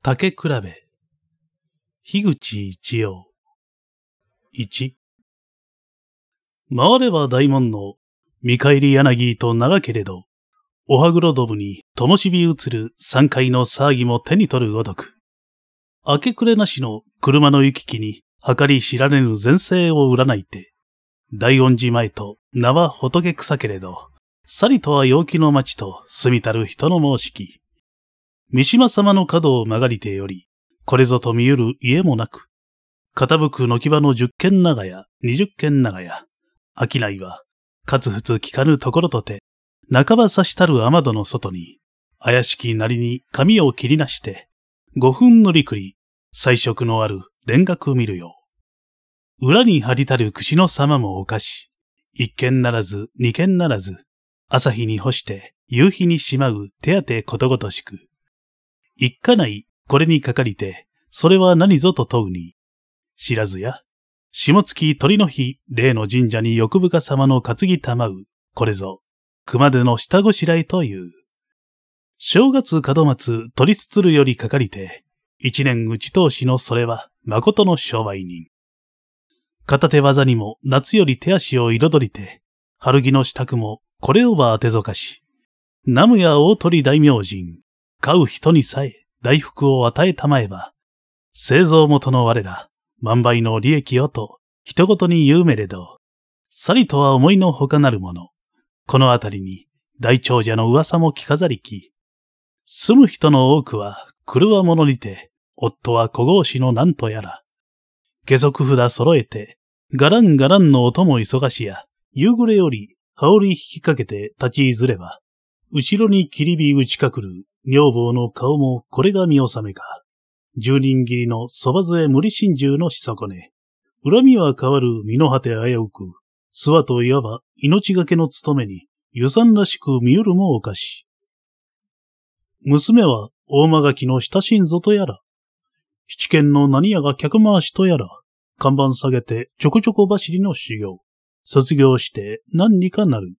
竹比べ。樋口一葉。1。回れば大門の見返り柳と長けれど、おはぐろどぶに灯火映る三階の騒ぎも手に取るごとく。明け暮れなしの車の行き来に計り知られぬ前世を占いて、大恩寺前と名は仏草けれど、さりとは陽気の町と住みたる人の申しき。三島様の角を曲がりてより、これぞと見ゆる家もなく、傾く軒場の10軒長屋、20軒長屋、商いは、かつふつ聞かぬところとて、半ば差したる雨戸の外に、怪しきなりに髪を切りなして、5分のりくり、彩色のある田楽見るよう。裏に張りたる櫛の様もおかし、一軒ならず二軒ならず、朝日に干して夕日にしまう手当てことごとしく、一家内これにかかりて、それは何ぞと問うに、知らずや、下月鳥の日、例の神社に欲深様の担ぎたまう、これぞ、熊手の下ごしらえという。正月門松取りつつるよりかかりて、一年打ち通しのそれは、誠の商売人。片手技にも夏より手足を彩りて、春着の支度もこれをば当てぞかし、南無や大鳥大明神、買う人にさえ大福を与えたまえば、製造元の我ら、万倍の利益をと、人ごとに言うめれど、さりとは思いのほかなるもの。このあたりに、大長者の噂も聞かざりき。住む人の多くは、狂わ者にて、夫は小格子のなんとやら。下足札揃えて、ガランガランの音も忙しや、夕暮れより、羽織引きかけて立ちいずれば、後ろに切り火打ちかくる、女房の顔もこれが見納めか。十人斬りのそば杖無理心中のしそこね。恨みは変わる身の果て危うく、諏訪といわば命がけの務めに、湯山らしく見ゆるもおかし。娘は大間垣の親しんぞとやら。七軒の何屋が客回しとやら。看板下げてちょこちょこ走りの修行。卒業して何にかなる。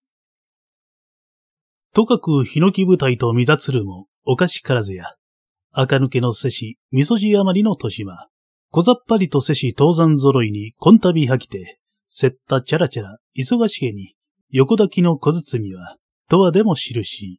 とかくヒノキ舞台と見立つるも、おかしからずや。赤抜けのせし、味噌汁余りの豊島。小ざっぱりとせし東山揃いにこんたびはきて、せったチャラチャラ、忙しげに、横抱きの小包は、とはでも知るし。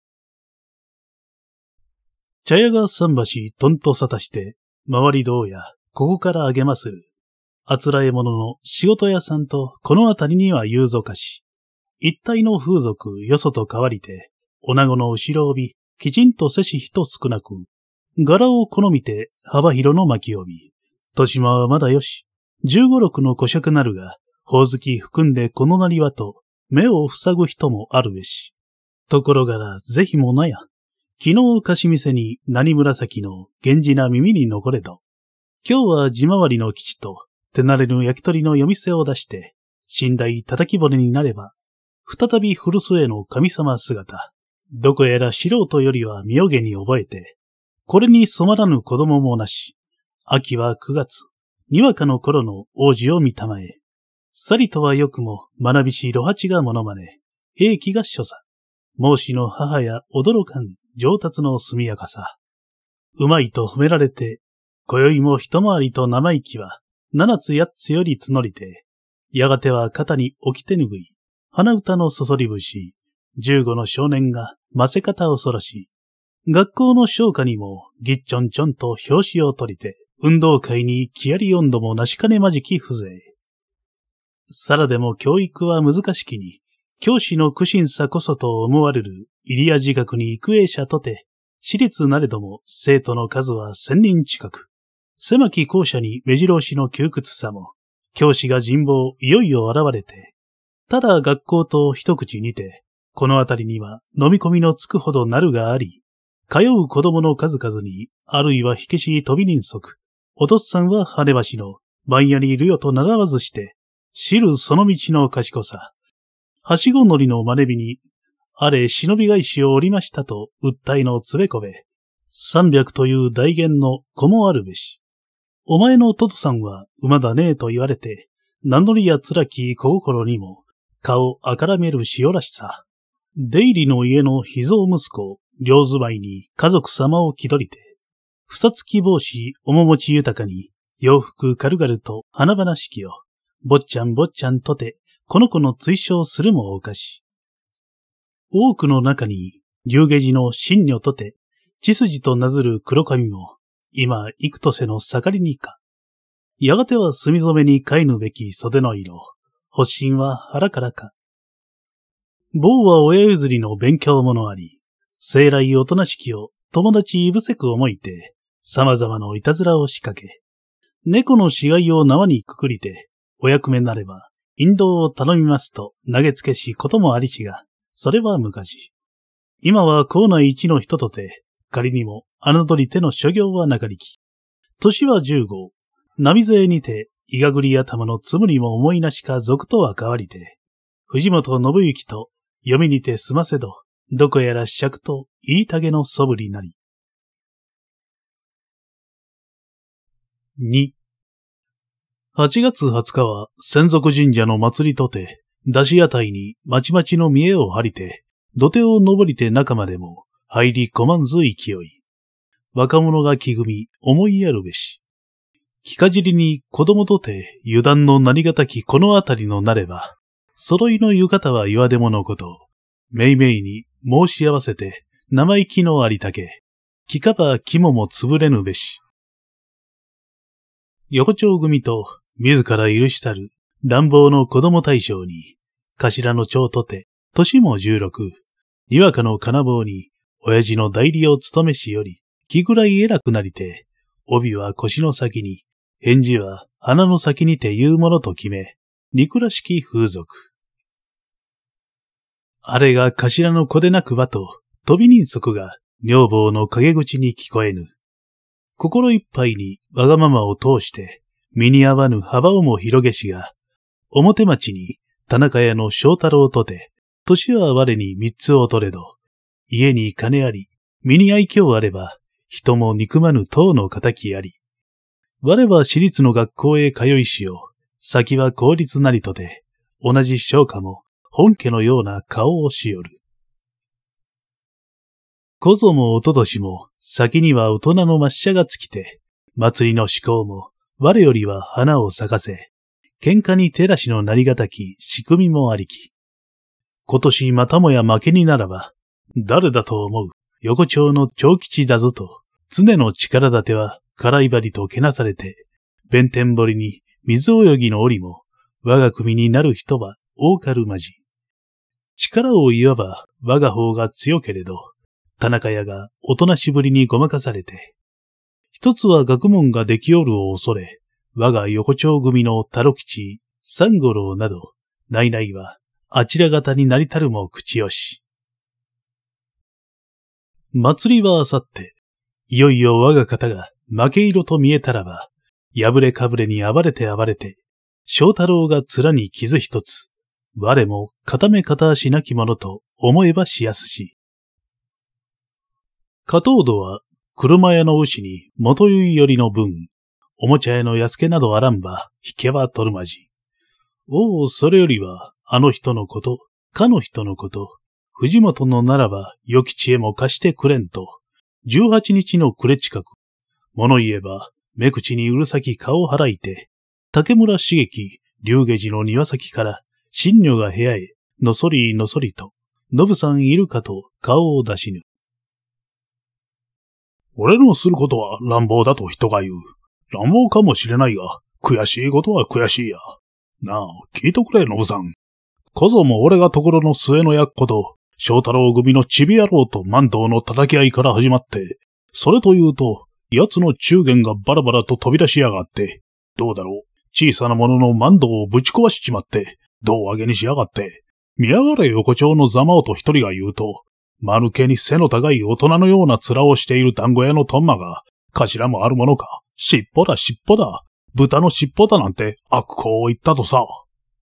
茶屋が桟橋とんとさたして、周りどうや、ここからあげまする。あつらえ者の仕事屋さんとこのあたりには言うぞかし。一体の風俗よそと変わりて、女子の後ろ帯、きちんとせし人少なく、柄を好みて幅広の巻き帯。豊島はまだよし、15、6の小尺なるが、ほおずき含んでこのなりはと、目を塞ぐ人もあるべし。ところがら、ぜひもなや。昨日貸し店に何紫の源氏な耳に残れど、今日は地回りの吉と、手慣れぬ焼き鳥の夜店を出して、寝台叩き骨になれば、再び古巣への神様姿。どこやら素人よりは妙げに覚えて、これに染まらぬ子供もなし、秋は9月、にわかの頃の王子を見たまえ。さりとはよくも学びし露八がモノマネ、英気が所作。孟子の母や驚かん上達の速やかさ。うまいと褒められて、今宵も一回りと生意気は、七つ八つより募りて、やがては肩に置き手ぬぐい、鼻歌のそそり節、15の少年がませ方恐ろしい。学校の昇華にもぎっちょんちょんと表紙を取りて、運動会に気あり温度もなしかねまじき風情。さらでも教育は難しきに、教師の苦心さこそと思われる入谷自学に育英者とて、私立なれども生徒の数は1000人近く。狭き校舎に目白押しの窮屈さも、教師が人望いよいよ現れて、ただ学校と一口にて、このあたりには飲み込みのつくほどなるがあり、通う子供の数々に、あるいは火消し飛び人足、おとっさんは羽橋の番屋にいるよと習わずして、知るその道の賢さ。はしご乗りの真似火に、あれ忍び返しをおりましたと訴えのつべこべ。300という大言の子もあるべし。お前のトトさんは馬だねえと言われて、名乗りや辛き小心にも、顔あからめる塩らしさ。出入りの家の秘蔵息子、両住まいに家族様を気取りて、 ふさつき帽子、面持ち豊かに、洋服軽々と華々しきよ。坊ちゃん坊ちゃんとて、この子の追奨するもおかし。多くの中に、龍下寺の神女とて、血筋となずる黒髪も、今幾とせの盛りにか。やがては墨染めに飼いぬべき袖の色、発疹は腹からか。坊は親譲りの勉強者あり、生来おとなしきを友達いぶせく思いて、様々ないたずらを仕掛け、猫の死骸を縄にくくりて、お役目なれば、引導を頼みますと投げつけしこともありしが、それは昔。今は校内一の人とて、仮にも侮り手の所業はなかりき。年は15、波勢にて、いがぐり頭のつむりも思いなしか賊とは変わりて、藤本信之と読みにて済ませど、どこやら尺と言いたげのそぶりなり。2、8月20日は専属神社の祭りとて、出し屋台にまちまちの見栄を張りて、土手を登りて中までも入りこまんず勢い。若者が気組み思いやるべし。木かじりに子供とて油断のなりがたきこのあたりのなれば、揃いの浴衣は岩でものこと、めいめいに申し合わせて生意気のありたけ、木かば肝も潰れぬべし。横丁組と自ら許したる乱暴の子供大将に、頭の長とて、年も16、にわかの金棒に、親父の代理を務めしより、気ぐらい偉くなりて、帯は腰の先に、返事は鼻の先にて言うものと決め、憎らしき風俗。あれが頭の子でなくばと、飛び人足が女房の陰口に聞こえぬ。心いっぱいにわがままを通して、身に合わぬ幅をも広げしが、表町に田中屋の正太郎とて、年は我に三つを取れど、家に金あり、身に愛嬌あれば、人も憎まぬ党の仇あり。我は私立の学校へ通いしよう、先は公立なりとて、同じ商家も本家のような顔をしよる。小僧もおととしも、先には大人の抹茶が尽きて、祭りの趣向も、我よりは花を咲かせ、喧嘩に照らしのなりがたき仕組みもありき。今年またもや負けにならば、誰だと思う、横丁の長吉だぞと、常の力立ては辛いばりとけなされて、弁天堀に水泳ぎの折も、我が組になる人は多かるまじ。力を言わば我が方が強けれど、田中屋がおとなしぶりにごまかされて、一つは学問ができおるを恐れ、我が横丁組の太郎吉、三五郎など、ないないはあちら方になりたるも口よし。祭りはあさって、いよいよ我が方が負け色と見えたらば、破れかぶれに暴れて、正太郎が面に傷一つ、我も片目片足なきものと思えばしやすし。加藤戸は車屋の牛に元結よりの分、おもちゃ屋の安家などあらんば、引けは取るまじ。おお、それよりは、あの人のこと、かの人のこと、藤本のならば、良き知恵も貸してくれんと、18日の暮れ近く、物言えば、目口にうるさき顔を払いて、竹村茂樹、龍下寺の庭先から、神女が部屋へ、のそりのそりと、のぶさんいるかと顔を出しぬ。俺のすることは乱暴だと人が言う。乱暴かもしれないが、悔しいことは悔しいや。なあ、聞いとくれ、のぶさん。小僧も俺がところの末の役こと、正太郎組のちび野郎と万道の叩き合いから始まって、それというと、奴の中元がバラバラと飛び出しやがって、どうだろう、小さなものの万道をぶち壊しちまって、胴上げにしやがって、見やがれ横丁のざまおと一人が言うと、丸けに背の高い大人のような面をしている団子屋のトンマが、頭もあるものか、尻尾だ尻尾だ、豚の尻尾だなんて悪行を言ったとさ。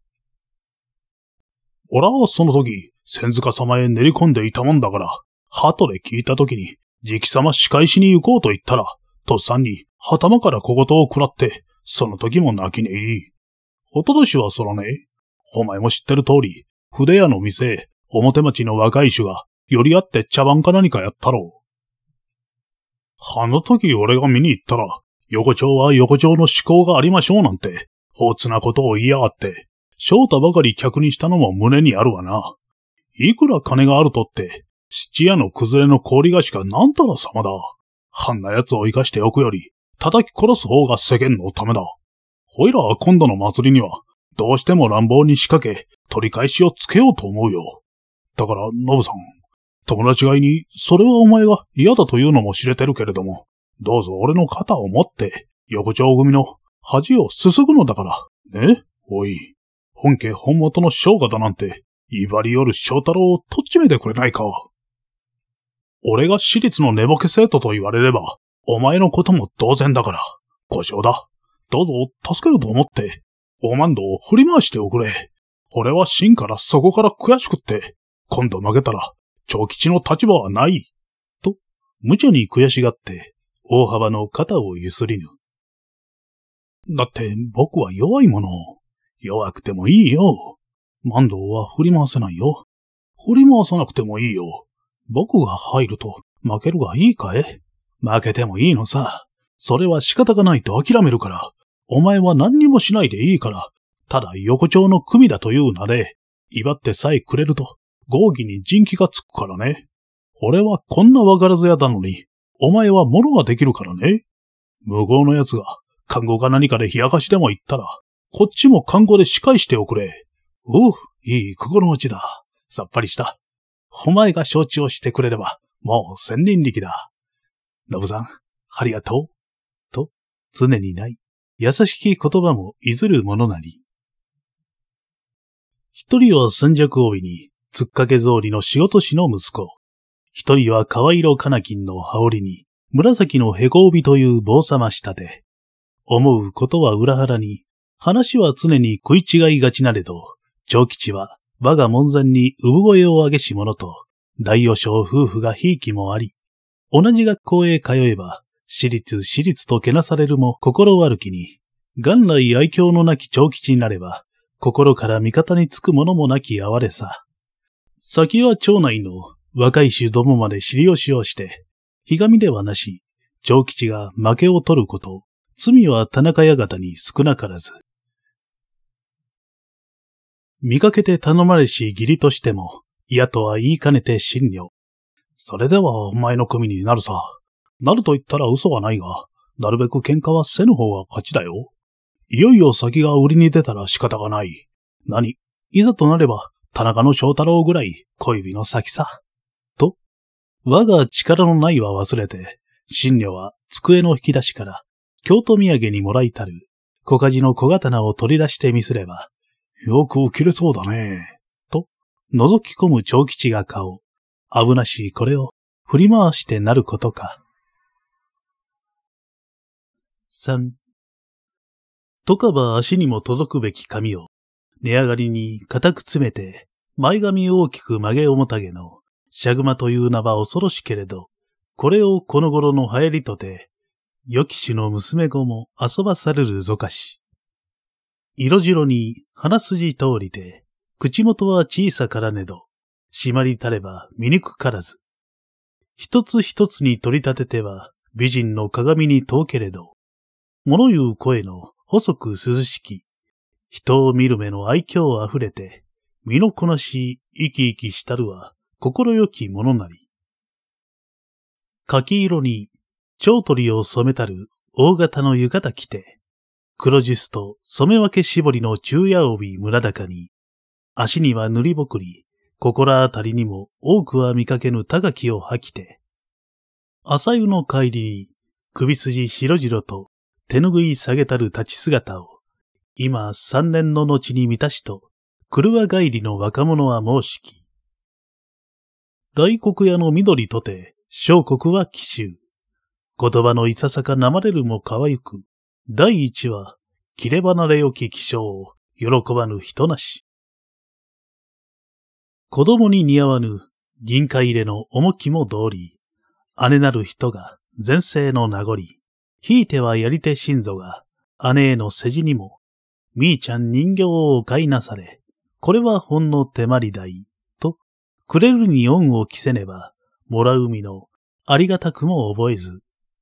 俺はその時、千塚様へ練り込んでいたもんだから、後で聞いた時に、直様仕返しに行こうと言ったら、とっさんに頭から小言を食らって、その時も泣き寝入り。おととしはそらね、お前も知ってる通り、筆屋の店へ、表町の若い衆が、寄り合って茶番か何かやったろう。 あの時俺が見に行ったら、横丁は横丁の思考がありましょうなんて、放つなことを言いやがって、翔太ばかり客にしたのも胸にあるわな。いくら金があるとって、質屋の崩れの氷菓子がなんたら様だ。あんな奴を生かしておくより、叩き殺す方が世間のためだ。ほいらは今度の祭りには、どうしても乱暴に仕掛け、取り返しをつけようと思うよ。だから、ノブさん、友達がいに、それはお前が嫌だというのも知れてるけれども、どうぞ俺の肩を持って、横丁組の恥をすすぐのだから。ね？おい、本家本元の将方なんて、威張りよる翔太郎をとっちめてくれないか。俺が私立の寝ぼけ生徒と言われれば、お前のことも同然だから、小姓だ。どうぞ助けると思って、おまんどを振り回しておくれ。俺は芯からそこから悔しくって、今度負けたら、長吉の立場はない。と、無茶に悔しがって、大幅の肩をゆすりぬ。だって僕は弱いもの。弱くてもいいよ。万堂は振り回せないよ。振り回さなくてもいいよ。僕が入ると負けるがいいかい？負けてもいいのさ。それは仕方がないと諦めるから。お前は何にもしないでいいから。ただ横丁の組だという名で、威張ってさえくれると、合議に人気がつくからね。俺はこんなわからず屋だのに、お前は物ができるからね。向こうの奴が、看護か何かで冷やかしでも言ったら、こっちも看護で仕返しておくれ。おう、いい心持ちだ。さっぱりした。お前が承知をしてくれれば、もう千人力だ。のぶさん、ありがとう。と、常にない、優しき言葉もいずるものなり。一人は三尺帯に、つっかけ草履の仕事師の息子。一人は川色金金の羽織に、紫のへこ帯という坊様下で。思うことは裏腹に、話は常に食い違いがちなれど、長吉は我が門前に産声を上げし者と、大与将夫婦がひいきもあり、同じ学校へ通えば、私立とけなされるも心悪きに、元来愛嬌のなき長吉になれば、心から味方につくものもなき哀れさ。先は町内の若い衆どもまで知り押しをして、ひがみではなし、長吉が負けを取ること、罪は田中屋方に少なからず。見かけて頼まれし義理としても、嫌とは言いかねて信女。それではお前の組になるさ。なると言ったら嘘はないが、なるべく喧嘩はせぬ方が勝ちだよ。いよいよ先が売りに出たら仕方がない。いざとなれば、田中の翔太郎ぐらい小指の先さ。と、我が力のないは忘れて、信女は机の引き出しから、京都土産にもらいたる、小鍛冶の小刀を取り出してみすれば、よく切れそうだね。と、覗き込む長吉が顔。危なしいこれを振り回してなることか。3. とかば足にも届くべき髪を、値上がりに固く詰めて、前髪大きく曲げ面げの、シャグマという名は恐ろしけれど、これをこの頃の流行りとて、良き種の娘子も遊ばされるぞかし。色白に鼻筋通りで、口元は小さからねど、締まりたれば醜からず。一つ一つに取り立てては美人の鏡に遠けれど、物言う声の細く涼しき、人を見る目の愛嬌あふれて、身のこなし生き生きしたるは心よきものなり。柿色に蝶鳥を染めたる大型の浴衣着て、黒ジュスと染め分け絞りの中夜帯村高に、足には塗りぼくり、心当たりにも多くは見かけぬ高きを履きて、朝湯の帰りに首筋白々と手ぬぐい下げたる立ち姿を、今3年の後に満たしと、車帰りの若者は申しき。大黒屋の緑とて、小国は奇襲。言葉のいささかなまれるも可愛く、第一は、切れ離れよき気象を喜ばぬ人なし。子供に似合わぬ銀貨入れの重きも通り、姉なる人が前世の名残、ひいてはやり手親祖が姉への世辞にも、みーちゃん人形をお買いなされ、これはほんの手まり代、と、くれるに恩を着せねば、もらう身のありがたくも覚えず、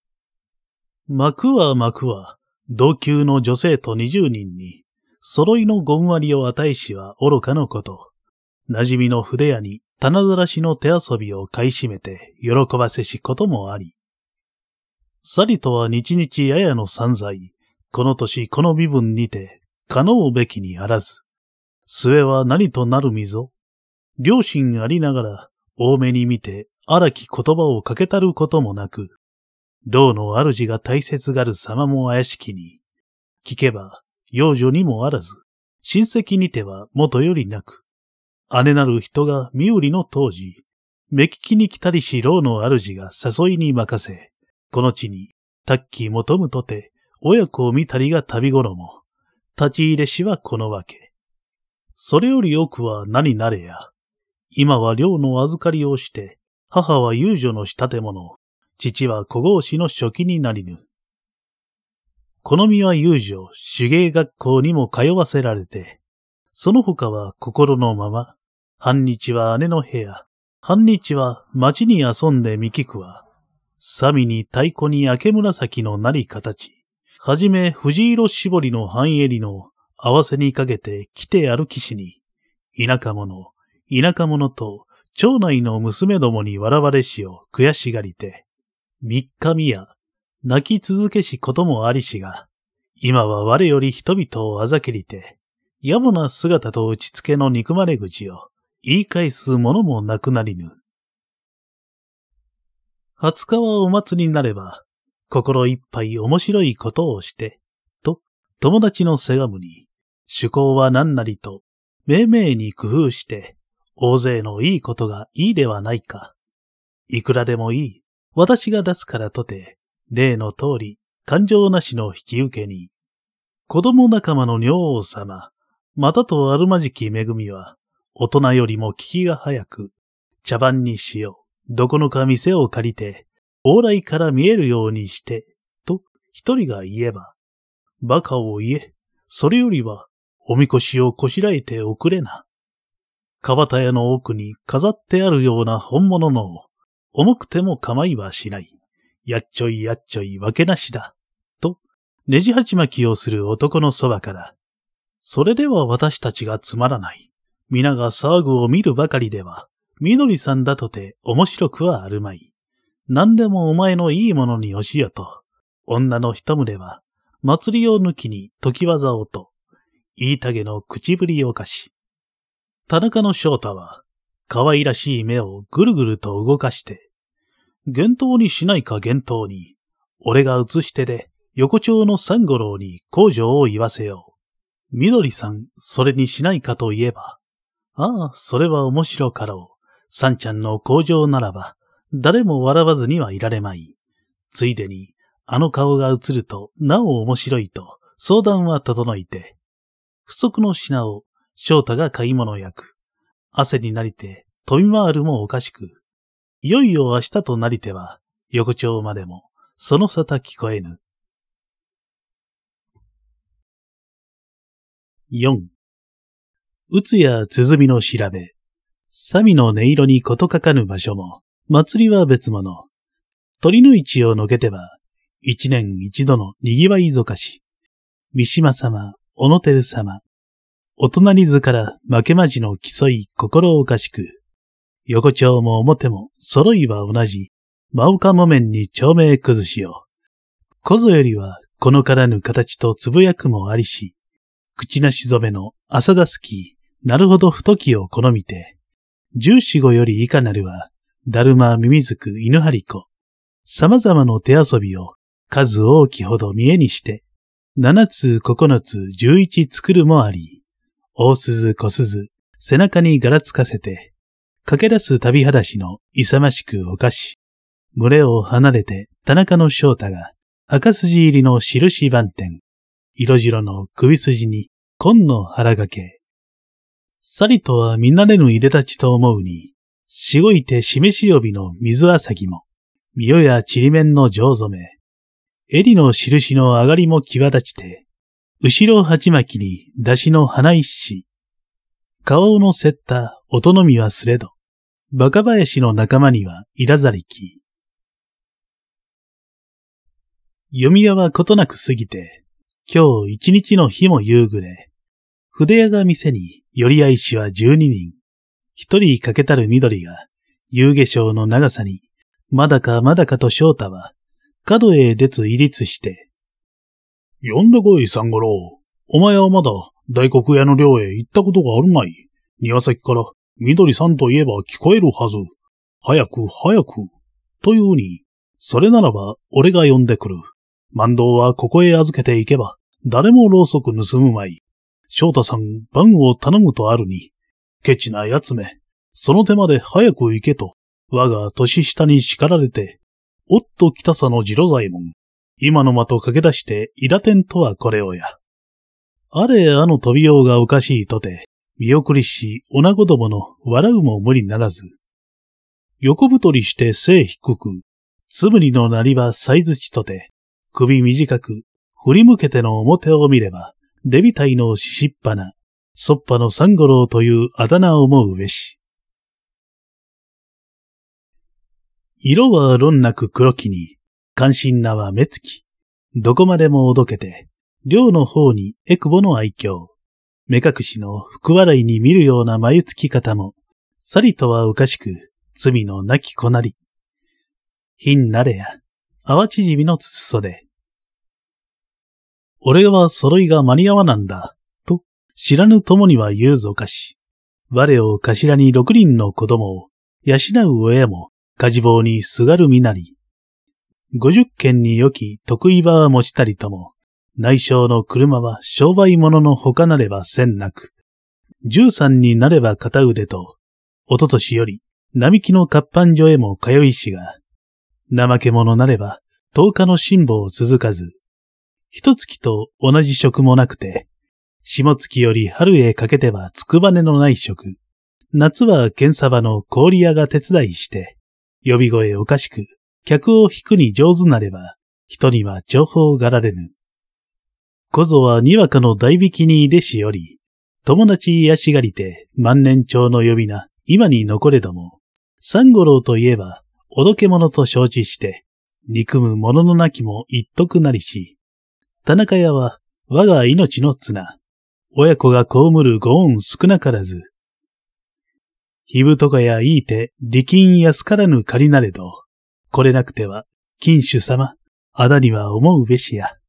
幕は、同級の女性と20人に、揃いの5割を与えしは愚かのこと。馴染みの筆屋に棚ざらしの手遊びを買い占めて喜ばせしこともあり。さりとは日々ややの散財、この年この身分にて、可能べきにあらず。末は何となるみぞ。良心ありながら、多めに見て荒き言葉をかけたることもなく、牢の主が大切がる様も怪しきに、聞けば、養女にもあらず、親戚にては元よりなく、姉なる人が身売りの当時、目利きに来たりし牢の主が誘いに任せ、この地に、たっき求むとて、親子を見たりが旅頃も、立ち入れしはこのわけ。それより奥は何なれや。今は寮の預かりをして、母は遊女の仕立て物、父は小合子の初期になりぬ。この身は遊女、手芸学校にも通わせられて、その他は心のまま、半日は姉の部屋、半日は町に遊んで見聞くわ。さみに太鼓に明紫のなり形、はじめ藤色絞りの半襟の合わせにかけて来て歩きしに、田舎者と町内の娘どもに笑われしを悔しがりて、三日三夜、泣き続けしこともありしが、今は我より人々をあざけりて、野暮な姿と打ちつけの憎まれ口を言い返すものもなくなりぬ。20日はお祭りになれば、心いっぱい面白いことをして、と友達のせがむに、趣向は何なりと、めいめいに工夫して、大勢のいいことがいいではないか。いくらでもいい。私が出すからとて、例の通り、感情なしの引き受けに、子供仲間の女王様、またとあるまじき恵みは、大人よりも聞きが早く、茶番にしよう。どこのか店を借りて、往来から見えるようにして、と一人が言えば、馬鹿を言え、それよりは、おみこしをこしらえておくれな。川田屋の奥に飾ってあるような本物のを、重くても構いはしない。やっちょいわけなしだ。と、ねじ鉢巻きをする男のそばから、それでは私たちがつまらない。皆が騒ぐを見るばかりでは、みどりさんだとて面白くはあるまい。何でもお前のいいものによしよと、女の一群れは、祭りを抜きに時技をと、言いたげの口ぶりをかし。田中の翔太は、可愛らしい目をぐるぐると動かして、厳当にしないか厳当に、俺が写し手で横丁の三五郎に工場を言わせよう。みどりさん、それにしないかと言えば、ああ、それは面白かろう。さんちゃんの工場ならば、誰も笑わずにはいられまい。ついでに、あの顔が映ると、なお面白いと、相談は整いて、不足の品を、翔太が買い物役。汗になりて、飛び回るもおかしく。いよいよ明日となりては、横丁までも、その沙汰聞こえぬ。4. うつや鼓の調べ。サミの音色にことかかぬ場所も、祭りは別物。鳥の市をのけては、一年一度の賑わいぞかし。三島様、小野照様。お隣図から負けまじの競い心おかしく。横丁も表も揃いは同じ。真岡木綿に長命崩しよ。小僧よりはこのからぬ形とつぶやくもありし。口なし染めの浅田スキー、なるほど太きを好みて。14、5より以下なるは、だるま、ミミズク、犬張り子。様々の手遊びを数大きほど見えにして、7つ、9つ、11作るもあり、大鈴、小鈴、背中に柄つかせて、駆け出す旅裸足の勇ましくおかし、群れを離れて田中の翔太が赤筋入りの印番点、色白の首筋に紺の腹掛け、さりとは見慣れぬいでたちと思うに、しごいて示し帯の水あさぎも、みよやちりめんの上染め、襟の印の上がりも際立ちて、後ろ鉢巻きに出しの花一子、顔をのせった音のみはすれど、バカ林の仲間にはいらざりき。 読み屋はことなく過ぎて、今日一日の日も夕暮れ、筆屋が店に寄り合いしは12人、一人かけたる緑が、夕化粧の長さに、まだかまだかと翔太は、角へ出つ入立して、呼んでこい、三五郎。お前はまだ大黒屋の寮へ行ったことがあるまい。庭先から緑さんといえば聞こえるはず。早く早く。というに、それならば俺が呼んでくる。万道はここへ預けていけば、誰もろうそく盗むまい。翔太さん、番を頼むとあるに。ケチなやつめ。その手まで早く行けと、我が年下に叱られて、おっと北さの次郎左衛門。今の間と駆け出して、伊田天とはこれをや。あれあの飛びようがおかしいとて、見送りし、女子供の笑うも無理ならず。横太りして背低く、つぶりのなりはさいづちとて、首短く、振り向けての表を見れば、デビタイのししっぱな、そっぱの三五郎というあだ名を思うべし。色は論なく黒きに、関心なは目つき、どこまでもおどけて、寮の方にエクボの愛嬌、目隠しの福笑いに見るような眉つき方も、さりとはおかしく、罪のなき子なり。貧なれや、淡縮みのつつ袖。俺は揃いが間に合わなんだ、と知らぬ友には言うぞかし。我を頭に6人の子供を、養う親も、かじ棒にすがる身なり。50軒に良き得意場は持ちたりとも、内省の車は商売物のほかなればせんなく。13になれば片腕と、おととしより、並木の活版所へも通いしが、怠け者なれば、10日の辛抱を続かず、一月と同じ職もなくて、下月より春へかけてはつくばねのない職、夏は剣サバの氷屋が手伝いして、呼び声おかしく、客を引くに上手なれば、人には情報がられぬ。小僧はにわかの代引きにいでしより、友達癒しがりて万年長の呼び名、今に残れども、三五郎といえば、おどけ者と承知して、憎む者のなきも一徳なりし、田中屋は我が命の綱、親子が被るご恩少なからず、ひぶとかやいいて力金安からぬ借りなれど、これなくては、金主様、あだには思うべしや。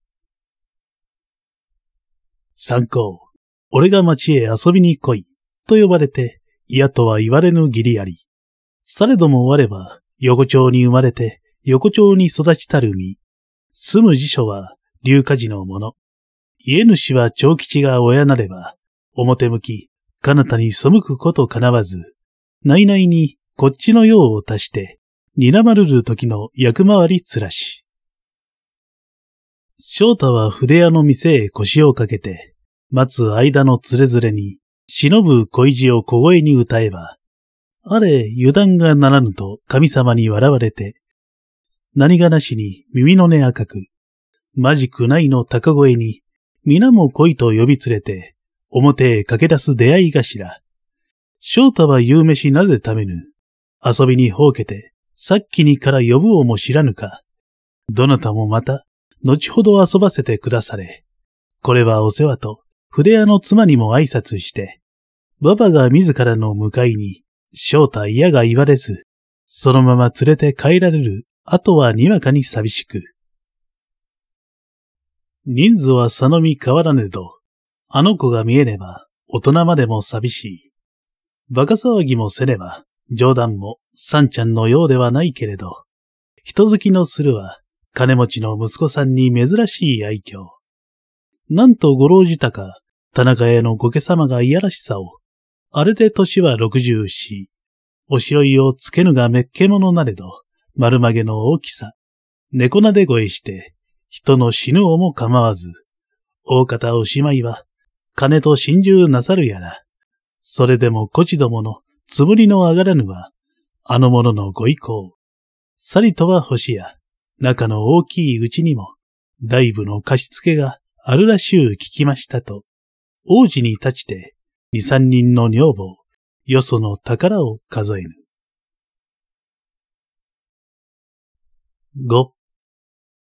参考、俺が町へ遊びに来い、と呼ばれて、嫌とは言われぬ義理あり。されども我は、横丁に生まれて、横丁に育ちたる身。住む辞書は、龍華寺のもの。家主は長吉が親なれば、表向き、彼方に背くことかなわず、内々にこっちの用を足して、睨まるる時の役回りつらし。翔太は筆屋の店へ腰をかけて、待つ間のつれづれに、忍ぶ恋路を小声に歌えば、あれ油断がならぬと神様に笑われて、何がなしに耳の根赤く、まじくないの高声に、皆も来いと呼び連れて、表へ駆け出す出会い頭。翔太は言うめしなぜためぬ。遊びにほうけて、さっきにから呼ぶをも知らぬか。どなたもまた、後ほど遊ばせてくだされ。これはお世話と、筆屋の妻にも挨拶して、馬場が自らの迎えに、翔太嫌が言われず、そのまま連れて帰られる、あとはにわかに寂しく。人数は差のみ変わらねど、あの子が見えねば、大人までも寂しい。馬鹿騒ぎもせねば、冗談も三ちゃんのようではないけれど、人好きのするは、金持ちの息子さんに珍しい愛嬌。なんとご老じたか、田中屋のご家様がいやらしさを、あれで年は64、おしろいをつけぬがめっけものなれど、丸曲げの大きさ、猫なで声して、人の死ぬをも構わず、大方おしまいは、金と心中なさるやら、それでもこちどものつぶりの上がらぬは、あの者のご意向。さりとは星や、中の大きいうちにも、大部の貸し付けがあるらしゅう聞きましたと、王子に立ちて、二三人の女房、よその宝を数えぬ。5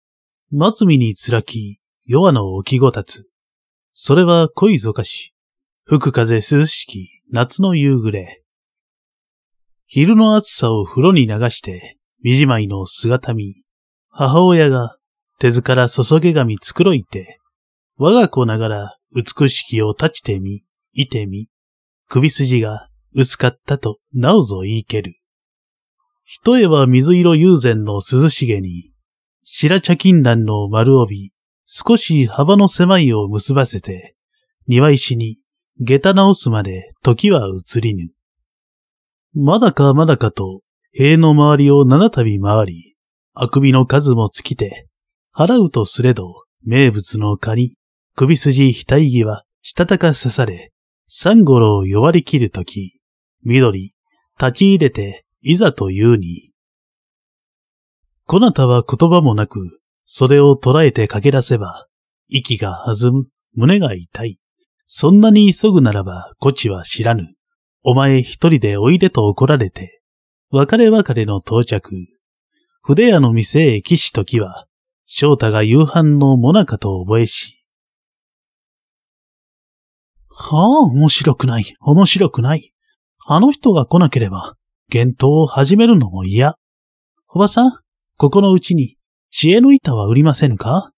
末尾につらき、夜の起きごたつ。それは恋ぞかし、吹く風涼しき夏の夕暮れ。昼の暑さを風呂に流して、身じまいの姿見。母親が手ずから注げ髪繕いて、我が子ながら美しきを立ちてみ、いてみ。首筋が薄かったとなおぞ言いける。一重は水色友禅の涼しげに、白茶金蘭の丸帯、少し幅の狭いを結ばせて、庭石に下駄直すまで時は移りぬ。まだかまだかと塀の周りを七度回り、あくびの数も尽きて、払うとすれど名物のカニ、首筋額際、したたか刺され、三五郎弱り切るとき、緑、立ち入れて、いざというに。こなたは言葉もなく、袖を捉えて駆け出せば、息が弾む、胸が痛い。そんなに急ぐならば、こちは知らぬ。お前一人でおいでと怒られて、別れ別れの到着。筆屋の店へ帰しときは、翔太が夕飯のもなかと覚えし。面白くない、面白くない。あの人が来なければ、幻冬を始めるのも嫌。おばさん、ここのうちに、知恵の板は売りませぬか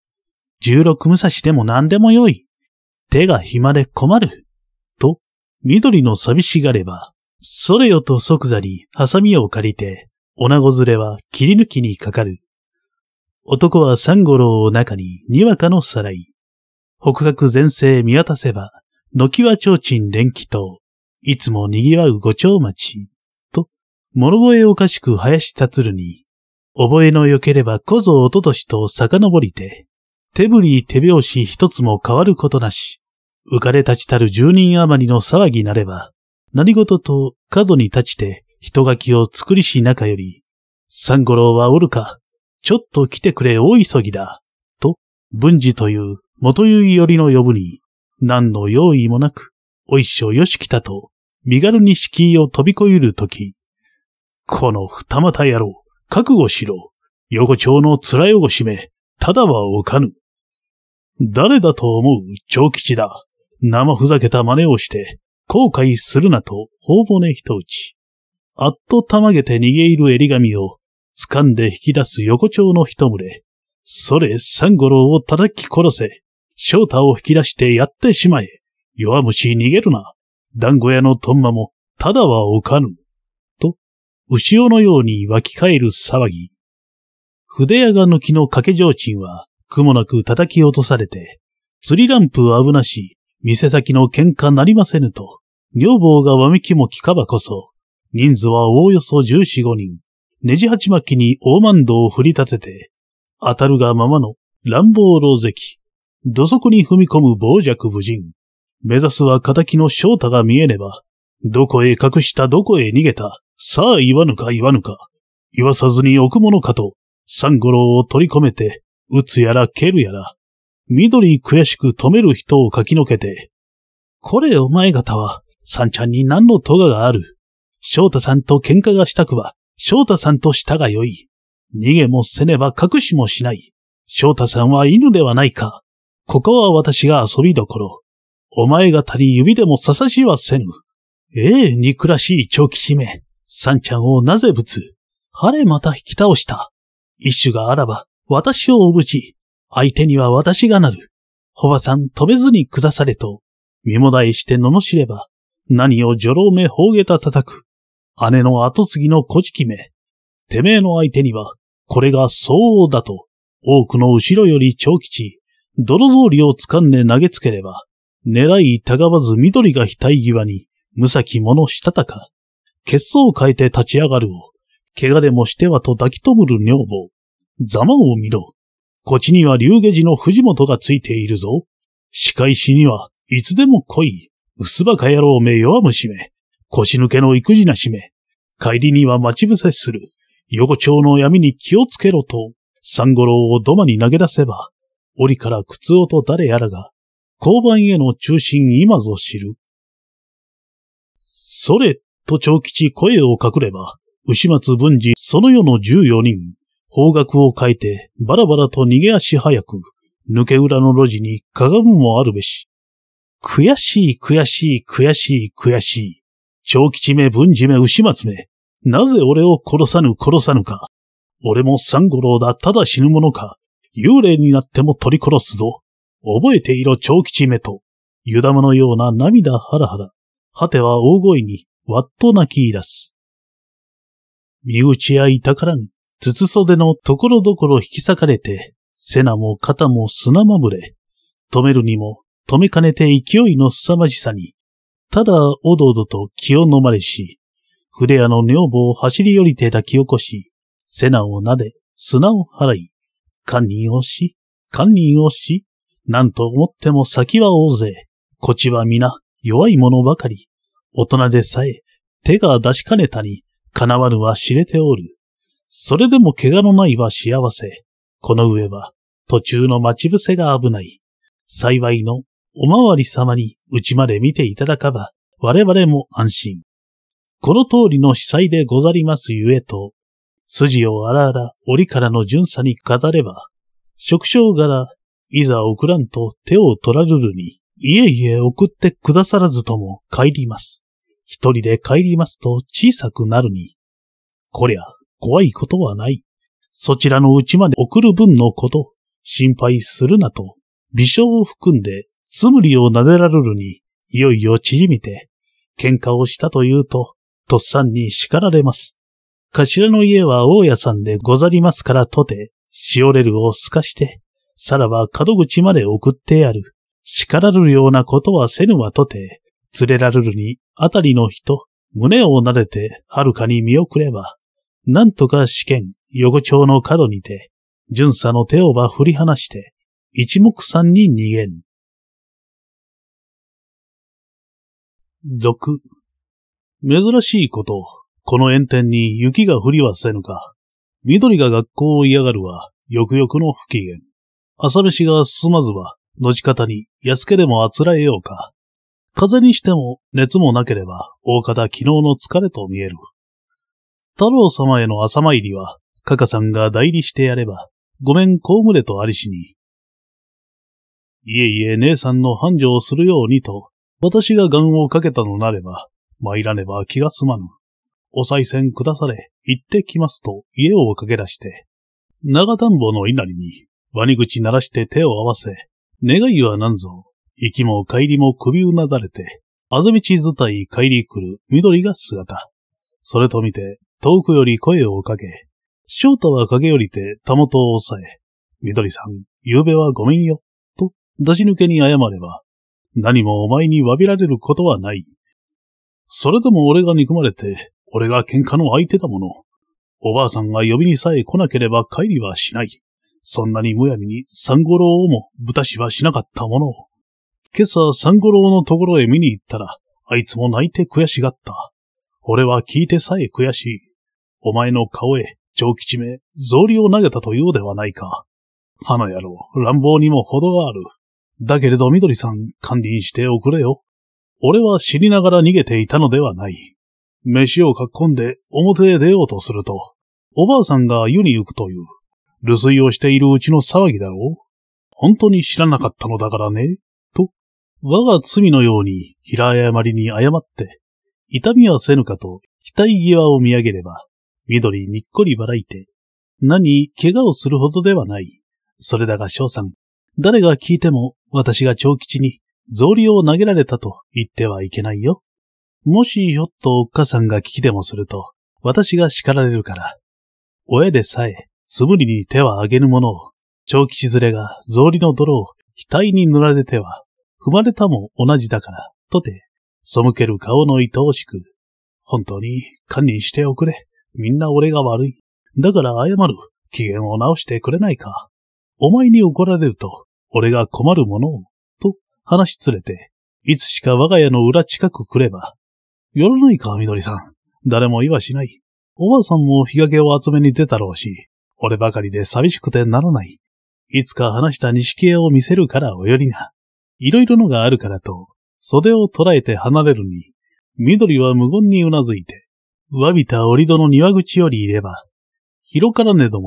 ？16武蔵でも何でもよい。手が暇で困る。と、緑の寂しがれば、それよと即座にハサミを借りて、女子連れは切り抜きにかかる。男は三五郎を中ににわかのさらい。北角全盛見渡せば、軒は提灯連気と、いつも賑わう五丁町。と、物声おかしく林立つるに、覚えの良ければ小僧おととしと遡りて、手振り手拍子一つも変わることなし、浮かれ立ちたる10人余りの騒ぎなれば、何事と角に立ちて人書きを作りし中より、三五郎はおるか、ちょっと来てくれ大急ぎだ、と、文治という元結寄りの呼ぶに、何の用意もなく、お一緒よし来たと、身軽に敷居を飛び越えるとき、この二股野郎、覚悟しろ。横丁の面汚しめ、ただはおかぬ。誰だと思う長吉だ。生ふざけた真似をして、後悔するなと頬骨一打ち。あっとたまげて逃げ入る襟髪を、掴んで引き出す横丁の一群れ。それ三五郎を叩き殺せ。翔太を引き出してやってしまえ。弱虫逃げるな。団子屋のとんまも、ただはおかぬ。と、牛尾のように湧き返る騒ぎ。筆屋が抜きの掛け提灯は、苦もなく叩き落とされて、釣りランプ危なし、店先の喧嘩なりませぬと、女房がわめきもきかばこそ、人数はおおよそ14、5人、ねじ鉢巻きに大万戸を振り立てて、当たるがままの乱暴狼藉、土足に踏み込む傍若無人、目指すは仇の翔太が見えねば、どこへ隠したどこへ逃げた、さあ言わぬか言わぬか、言わさずに置くものかと、三五郎を取り込めて、撃つやら蹴るやら、緑悔しく止める人を駆き抜けて、これお前方は、三ちゃんに何の咎がある。翔太さんと喧嘩がしたくば、翔太さんとしたがよい。逃げもせねば隠しもしない。翔太さんは犬ではないか。ここは私が遊びどころ。お前方に指でもささしはせぬ。憎らしい長吉め。三ちゃんをなぜぶつ。晴れまた引き倒した。一種があらば、私をおぶち。相手には私がなる。おばさん止めずに下されと。身もだえして罵れば、何を女郎めほうげた叩く。姉の後継ぎの小じきめ。てめえの相手には、これが相応だと。多くの後ろより長吉。泥草履を掴んで投げつければ、狙いたがわず緑が額際に、むさき者したたか。血相を変えて立ち上がるを、怪我でもしてはと抱きとむる女房。ざまを見ろ。こっちには竜下寺の藤本がついているぞ。仕返しにはいつでも来い。薄バカ野郎め弱虫め。腰抜けの育児なしめ。帰りには待ち伏せする。横丁の闇に気をつけろと、三五郎を土間に投げ出せば、檻から靴音誰やらが、交番への中心今ぞ知る。それと長吉声をかくれば、牛松文治その世の14人、 方角を変えてバラバラと逃げ足早く、抜け裏の路地にかがむもあるべし。悔しい悔しい悔しい悔しい。長吉め文治め牛松め。なぜ俺を殺さぬか。俺も三五郎だただ死ぬものか。幽霊になっても取り殺すぞ。覚えていろ長吉めと。湯玉のような涙はらはら。果ては大声にわっと泣き出す。身内やいたからん。筒袖のところどころ引き裂かれて、背中も肩も砂まぶれ。止めるにも止めかねて勢いの凄まじさに、ただおどおどと気を飲まれし、筆屋の女房を走り寄りて抱き起こし、背中を撫で、砂を払い、堪忍をし、なんと思っても先は大勢、こちは皆弱い者ばかり、大人でさえ手が出しかねたに、叶わぬは知れておる。それでも怪我のないは幸せ。この上は途中の待ち伏せが危ない。幸いのおまわり様にうちまで見ていただかば我々も安心。この通りの司祭でござりますゆえと、筋をあらあら折からの巡査に語れば、職掌柄いざ送らんと手を取らるるに、いえいえ送ってくださらずとも帰ります。一人で帰りますと小さくなるに。こりゃ怖いことはない。そちらのうちまで送る分のこと、心配するなと、微笑を含んで、つむりを撫でらるるに、いよいよ縮みて、喧嘩をしたというと、とっさんに叱られます。頭の家は大家さんでござりますからとて、しおれるをすかして、さらば門口まで送ってやる。叱らるようなことはせぬわとて、連れらるるに、あたりの人、胸を撫でて、はるかに見送れば、なんとか試験、横丁の角にて、巡査の手をば振り離して、一目散に逃げん。6. 珍しいこと、この炎天に雪が降りはせぬか。緑が学校を嫌がるは、よくよくの不機嫌。朝飯が進まずは、後方に安けでもあつらえようか。風にしても熱もなければ、大方昨日の疲れと見える。太郎様への朝参りは、かかさんが代理してやれば、ごめん被れとありしに。いえいえ姉さんの繁盛をするようにと、私が願をかけたのなれば、参らねば気が済まぬ。お賽銭くだされ、行ってきますと家を駆け出して、長田んぼの稲荷に、ワニ口鳴らして手を合わせ、願いは何ぞ、行きも帰りも首うなだれて、あぜ道伝い帰り来る緑が姿。それと見て、遠くより声をかけ、翔太は駆け寄りてたもとを押さえ、緑さん、夕べはごめんよ、と出し抜けに謝れば、何もお前に詫びられることはない。それでも俺が憎まれて、俺が喧嘩の相手だもの。おばあさんが呼びにさえ来なければ帰りはしない。そんなにむやみに三五郎をも豚しはしなかったものを。今朝三五郎のところへ見に行ったら、あいつも泣いて悔しがった。俺は聞いてさえ悔しい。お前の顔へ、長吉め、草履を投げたというではないか。花野郎、乱暴にも程がある。だけれど緑さん、堪忍しておくれよ。俺は知りながら逃げていたのではない。飯をかっこんで表へ出ようとすると、おばあさんが湯に行くという、留守居をしているうちの騒ぎだろう。本当に知らなかったのだからね。と、我が罪のように平謝りに謝って、痛みはせぬかと額際を見上げれば、緑にっこり笑いて、何、怪我をするほどではない。それだが翔さん、誰が聞いても私が長吉に草履を投げられたと言ってはいけないよ。もしひょっとおっかさんが聞きでもすると、私が叱られるから。親でさえ、つぶりに手はあげぬものを、長吉連れが草履の泥を額に塗られては、踏まれたも同じだから、とて、背ける顔の愛おしく、本当に堪忍しておくれ。みんな俺が悪い。だから謝る。機嫌を直してくれないか。お前に怒られると、俺が困るものを、と話しつれて、いつしか我が家の裏近く来れば、寄らないか、緑さん。誰も言わしない。おばあさんも日陰を集めに出たろうし、俺ばかりで寂しくてならない。いつか話した錦絵を見せるからお寄りな。いろいろのがあるからと、袖を捉えて離れるに、緑は無言にうなずいて、わびた折戸の庭口よりいれば、広からねども、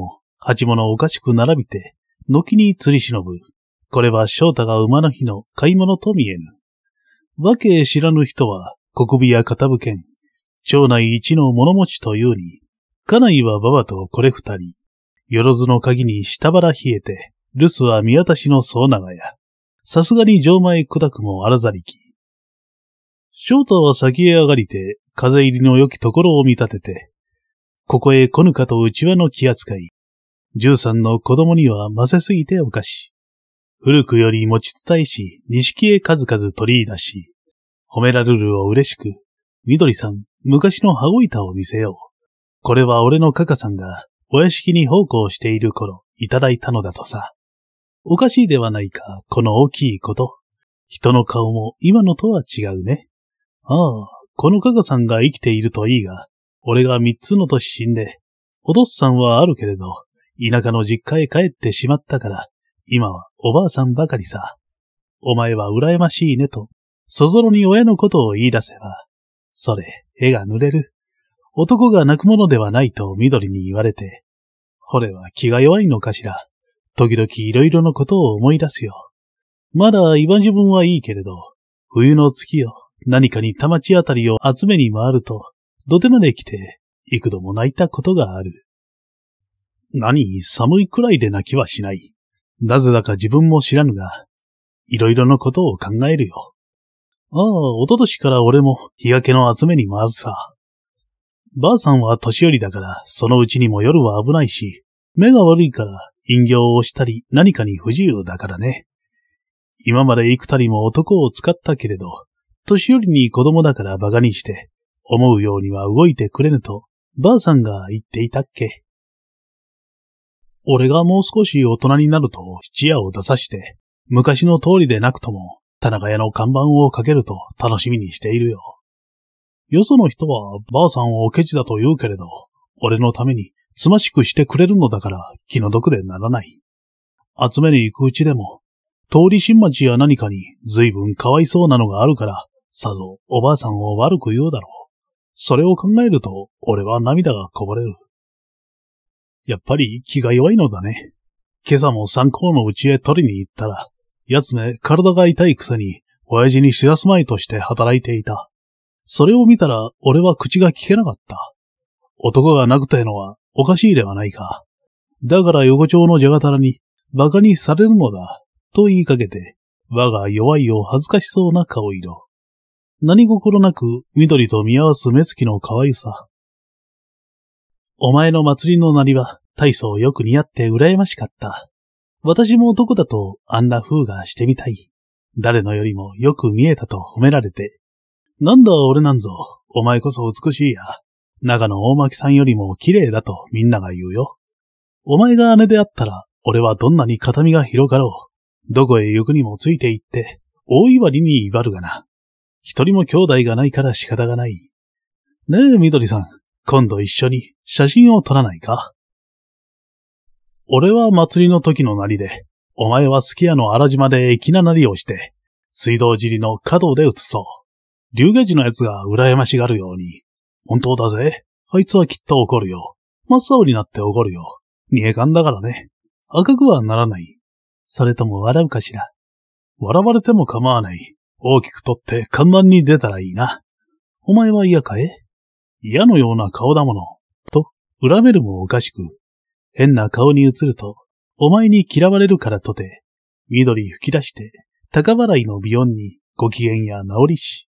鉢物おかしく並びて、軒に吊り忍ぶ。これは翔太が馬の日の買い物と見えぬ。わけ知らぬ人は、小首や傾けん。町内一の物持ちというに、家内は馬場とこれ二人。よろずの鍵に下腹冷えて、留守は見渡しの総長や。さすがに錠前砕くもあらざりき。翔太は先へ上がりて、風入りの良きところを見立てて、ここへ来ぬかと内輪の気扱い。13の子供にはませすぎておかし。古くより持ち伝えし、錦へ数々取り出し、褒められるを嬉しく、みどりさん、昔の羽子板を見せよう。これは俺のカカさんが、お屋敷に奉公している頃、いただいたのだとさ。おかしいではないか、この大きいこと。人の顔も今のとは違うね。ああ、このカカさんが生きているといいが、俺が3つの年死んで、お父さんはあるけれど、田舎の実家へ帰ってしまったから、今はおばあさんばかりさ。お前は羨ましいねと、そぞろに親のことを言い出せば、それ、絵が濡れる。男が泣くものではないと緑に言われて、これは気が弱いのかしら。時々いろいろなことを思い出すよ。まだ今自分はいいけれど、冬の月よ、何かに田町あたりを集めに回ると、土手まで来て、幾度も泣いたことがある。何、寒いくらいで泣きはしない。なぜだか自分も知らぬが、いろいろなことを考えるよ。ああ、おととしから俺も日焼けの集めに回るさ。ばあさんは年寄りだから、そのうちにも夜は危ないし、目が悪いから人形を押したり何かに不自由だからね。今まで幾たりも男を使ったけれど、年寄りに子供だから馬鹿にして、思うようには動いてくれぬと、ばあさんが言っていたっけ。俺がもう少し大人になると質屋を出さして、昔の通りでなくとも、田中屋の看板をかけると楽しみにしているよ。よその人はばあさんをケチだと言うけれど、俺のためにつましくしてくれるのだから気の毒でならない。集めに行くうちでも、通り新町や何かに随分かわいそうなのがあるから、さぞおばあさんを悪く言うだろう。それを考えると俺は涙がこぼれる。やっぱり気が弱いのだね。今朝も三公の家へ取りに行ったら、奴め体が痛いくせに親父に知らすまいとして働いていた。それを見たら俺は口が聞けなかった。男が泣くというのはおかしいではないか。だから横丁の蛇刀に馬鹿にされるのだ、と言いかけて、我が弱いを恥ずかしそうな顔色。何心なく緑と見合わす目つきの可愛さ。お前の祭りのなりは大層よく似合って羨ましかった。私も男だとあんな風がしてみたい。誰のよりもよく見えたと褒められて。なんだ俺なんぞ、お前こそ美しいや。長野大巻さんよりも綺麗だとみんなが言うよ。お前が姉であったら、俺はどんなに肩身が広がろう。どこへ行くにもついて行って、大いわりに威張るがな。一人も兄弟がないから仕方がない。ねえ、みどりさん、今度一緒に写真を撮らないか？俺は祭りの時のなりで、お前はすき家の荒島で粋ななりをして、水道尻の角で写そう。龍下寺のやつが羨ましがるように。本当だぜ。あいつはきっと怒るよ。真っ青になって怒るよ。煮えかんだからね。赤くはならない。それとも笑うかしら。笑われても構わない。大きく取って看板に出たらいいな。お前は嫌かい？嫌のような顔だもの。と、恨めるもおかしく。変な顔に映ると、お前に嫌われるからとて、緑吹き出して、高払いの美音にご機嫌や治りし。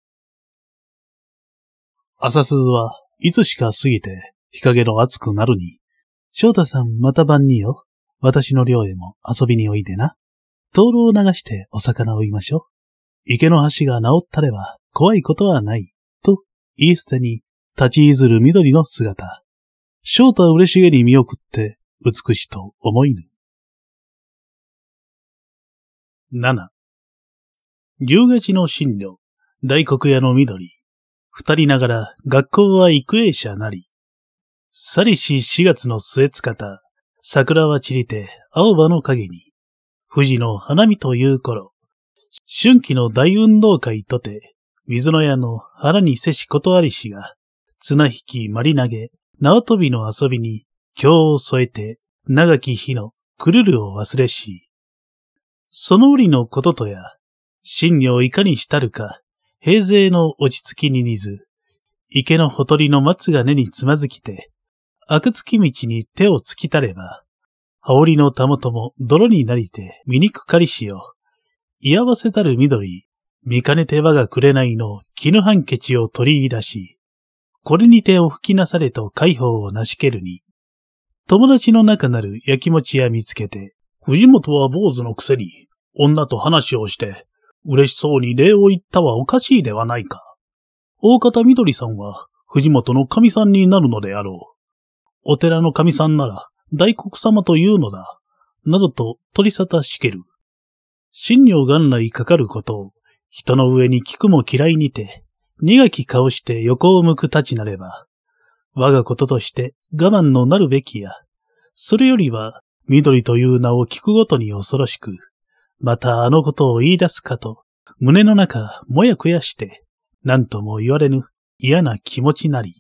朝鈴はいつしか過ぎて日陰の暑くなるに、翔太さんまた晩によ、私の寮へも遊びにおいでな。灯籠を流してお魚を追いましょう。池の橋が治ったれば怖いことはない、と言い捨てに立ち譲る緑の姿。翔太は嬉しげに見送って美しと思いぬ。7. 龍河寺の神女、大黒屋の緑。二人ながら学校は育英者なり。去りし4月の末つかた、桜は散りて青葉の影に。富士の花見という頃、春季の大運動会とて、水の屋の腹にせし断りしが、綱引き、まり投げ、縄跳びの遊びに、今日を添えて、 長き日のくるるを忘れし、その折のこととや、真女をいかにしたるか、平勢の落ち着きに似ず、池のほとりの松が根につまずきて、悪月道に手をつきたれば、羽織のたもとも泥になりて醜かりしよ。居合わせたる緑、見かねて我が紅の絹半ケチを取り出し、これにてお吹きなされと解放をなしけるに、友達の中なる焼き餅屋見つけて、藤本は坊主のくせに、女と話をして、嬉しそうに礼を言ったはおかしいではないか。大方みどりさんは、藤本の神さんになるのであろう。お寺の神さんなら、大黒様というのだ。などと取り沙汰しける。真女元来かかることを、人の上に聞くも嫌いにて、苦き顔して横を向く立ちなれば、我がこととして我慢のなるべきや。それよりは、緑という名を聞くごとに恐ろしく、またあのことを言い出すかと、胸の中もやくやして、何とも言われぬ嫌な気持ちなり。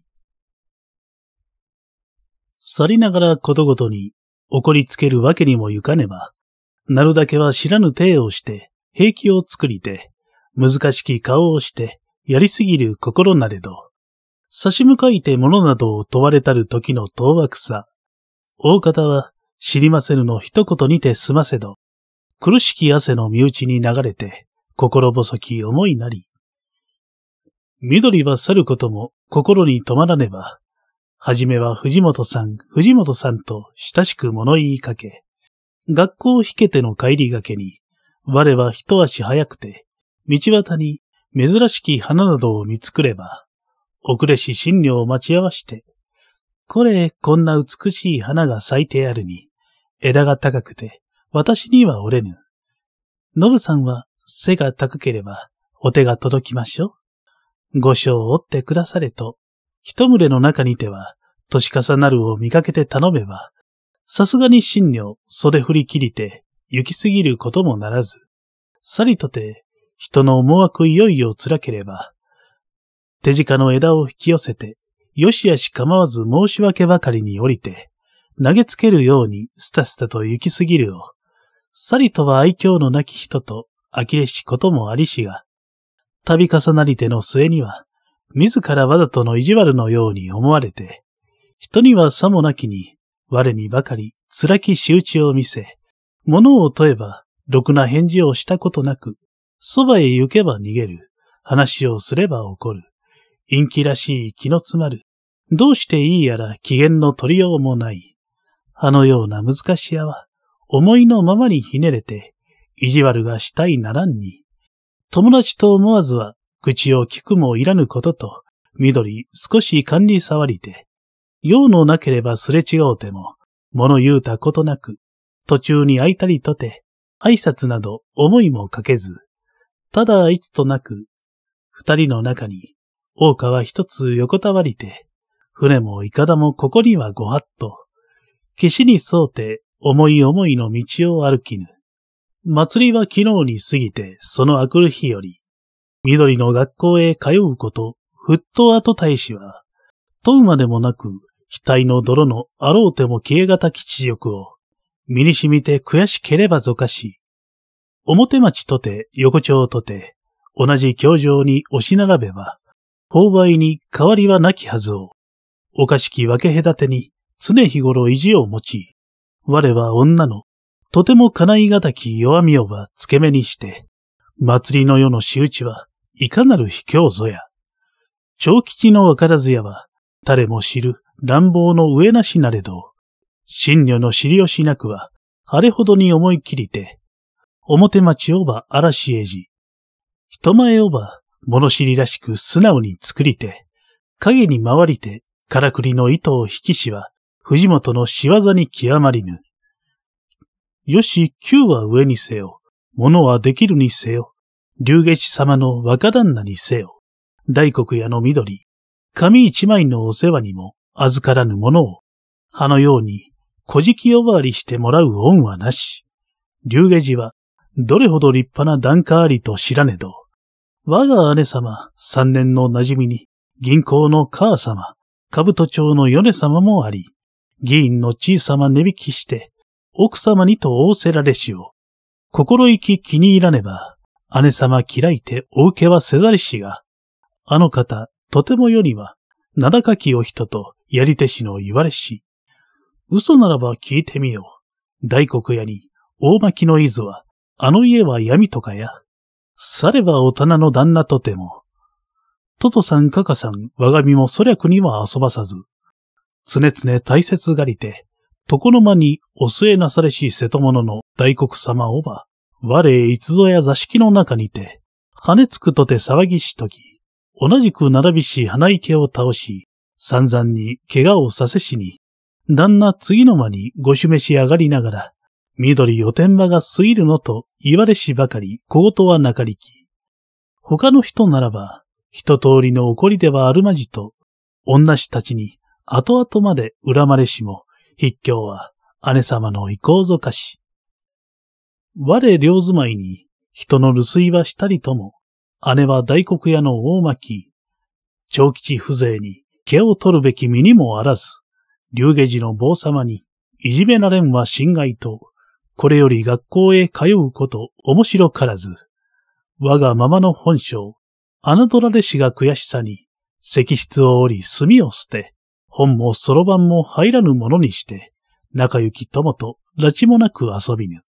去りながらことごとに怒りつけるわけにもゆかねば、なるだけは知らぬ体をして、兵器を作りて、難しき顔をして、やりすぎる心なれど、差し向かいて物などを問われたる時の当惑さ、大方は知りませぬの一言にて済ませど、苦しき汗の身内に流れて、心細き思いなり。緑は去ることも心に止まらねば、はじめは藤本さんと親しく物言いかけ、学校を引けての帰りがけに、我は一足早くて、道端に珍しき花などを見つくれば、遅れし真女を待ち合わして、こんな美しい花が咲いてあるに、枝が高くて、私には折れぬ。のぶさんは背が高ければ、お手が届きましょう。ご賞を折ってくだされと、一群れの中にては、年重なるを見かけて頼めば、さすがに真女、袖振り切りて、行き過ぎることもならず、さりとて、人の思惑いよいよ辛ければ、手近の枝を引き寄せて、よしあし構わず申し訳ばかりに降りて、投げつけるようにスタスタと行き過ぎるを、さりとは愛嬌のなき人と呆れしこともありしが、度重なりての末には、自らわざとの意地悪のように思われて、人にはさもなきに、我にばかり辛き仕打ちを見せ、物を問えば、ろくな返事をしたことなく、そばへ行けば逃げる、話をすれば怒る、陰気らしい気の詰まる、どうしていいやら機嫌の取りようもない。あのような難しやは、思いのままにひねれて、意地悪がしたいならんに。友達と思わずは、口を聞くもいらぬことと、緑少し勘に触りて、用のなければすれ違うても、物言うたことなく、途中に空いたりとて、挨拶など思いもかけず、ただいつとなく、二人の中に、大川一つ横たわりて、船もいかだもここにはごはっと、岸に沿うて思い思いの道を歩きぬ。祭りは昨日に過ぎてその明くる日より、緑の学校へ通うこと、ふっと後大使は、問うまでもなく、額の泥のあろうても消えがたき知力を、身に染みて悔しければぞかし、表町とて横丁とて、同じ教場に押し並べば、勾配に変わりはなきはずを、おかしき分け隔てに常日頃意地を持ち、我は女の、とても叶いがたき弱みをばつけ目にして、祭りの世の仕打ちはいかなる卑怯ぞや。長吉のわからずやは、誰も知る乱暴の上なしなれど、真女の知りをしなくは、あれほどに思い切りて、表町をば嵐へじ、人前をば物知りらしく素直に作りて、影に回りて、からくりの糸を引きしは、藤本の仕業に極まりぬ。よし、旧は上にせよ。物はできるにせよ。龍下師様の若旦那にせよ。大黒屋の緑。紙一枚のお世話にも預からぬものを、葉のように、小じき呼ばわりしてもらう恩はなし。龍下寺は、どれほど立派な檀家ありと知らねど、我が姉様、三年の馴染みに、銀行の母様、兜町の米様もあり、 議員の小さま値引きして、奥様にと仰せられしを、心意気気に入らねば、姉様嫌いてお受けはせざりしが、あの方、とても世には、名高きお人とやり手しの言われし。嘘ならば聞いてみよう。大黒屋に、大巻の伊豆は、あの家は闇とかや。されば大人の旦那とても。トトさんカカさん、我が身もそりゃくには遊ばさず。常々大切がりて、床の間にお据えなされし瀬戸物の大黒様をば、我一ぞや座敷の中にて、跳ねつくとて騒ぎしとき、同じく並びし鼻池を倒し、散々に怪我をさせしに、旦那次の間にごしめし上がりながら、緑おてんばが過ぎるのと言われしばかり小言はなかりき。他の人ならば、一通りの怒りではあるまじと、女子たちに後々まで恨まれしも、筆境は姉様の意向ぞかし。我両住まいに人の留守居はしたりとも、姉は大黒屋の大巻、長吉風情に毛を取るべき身にもあらず、龍下寺の坊様にいじめられんは心外と、これより学校へ通うこと面白からず、我がままの本性、侮られしが悔しさに、石室を折り墨を捨て、本もそろばんも入らぬものにして、仲行き友と拉致もなく遊びぬ。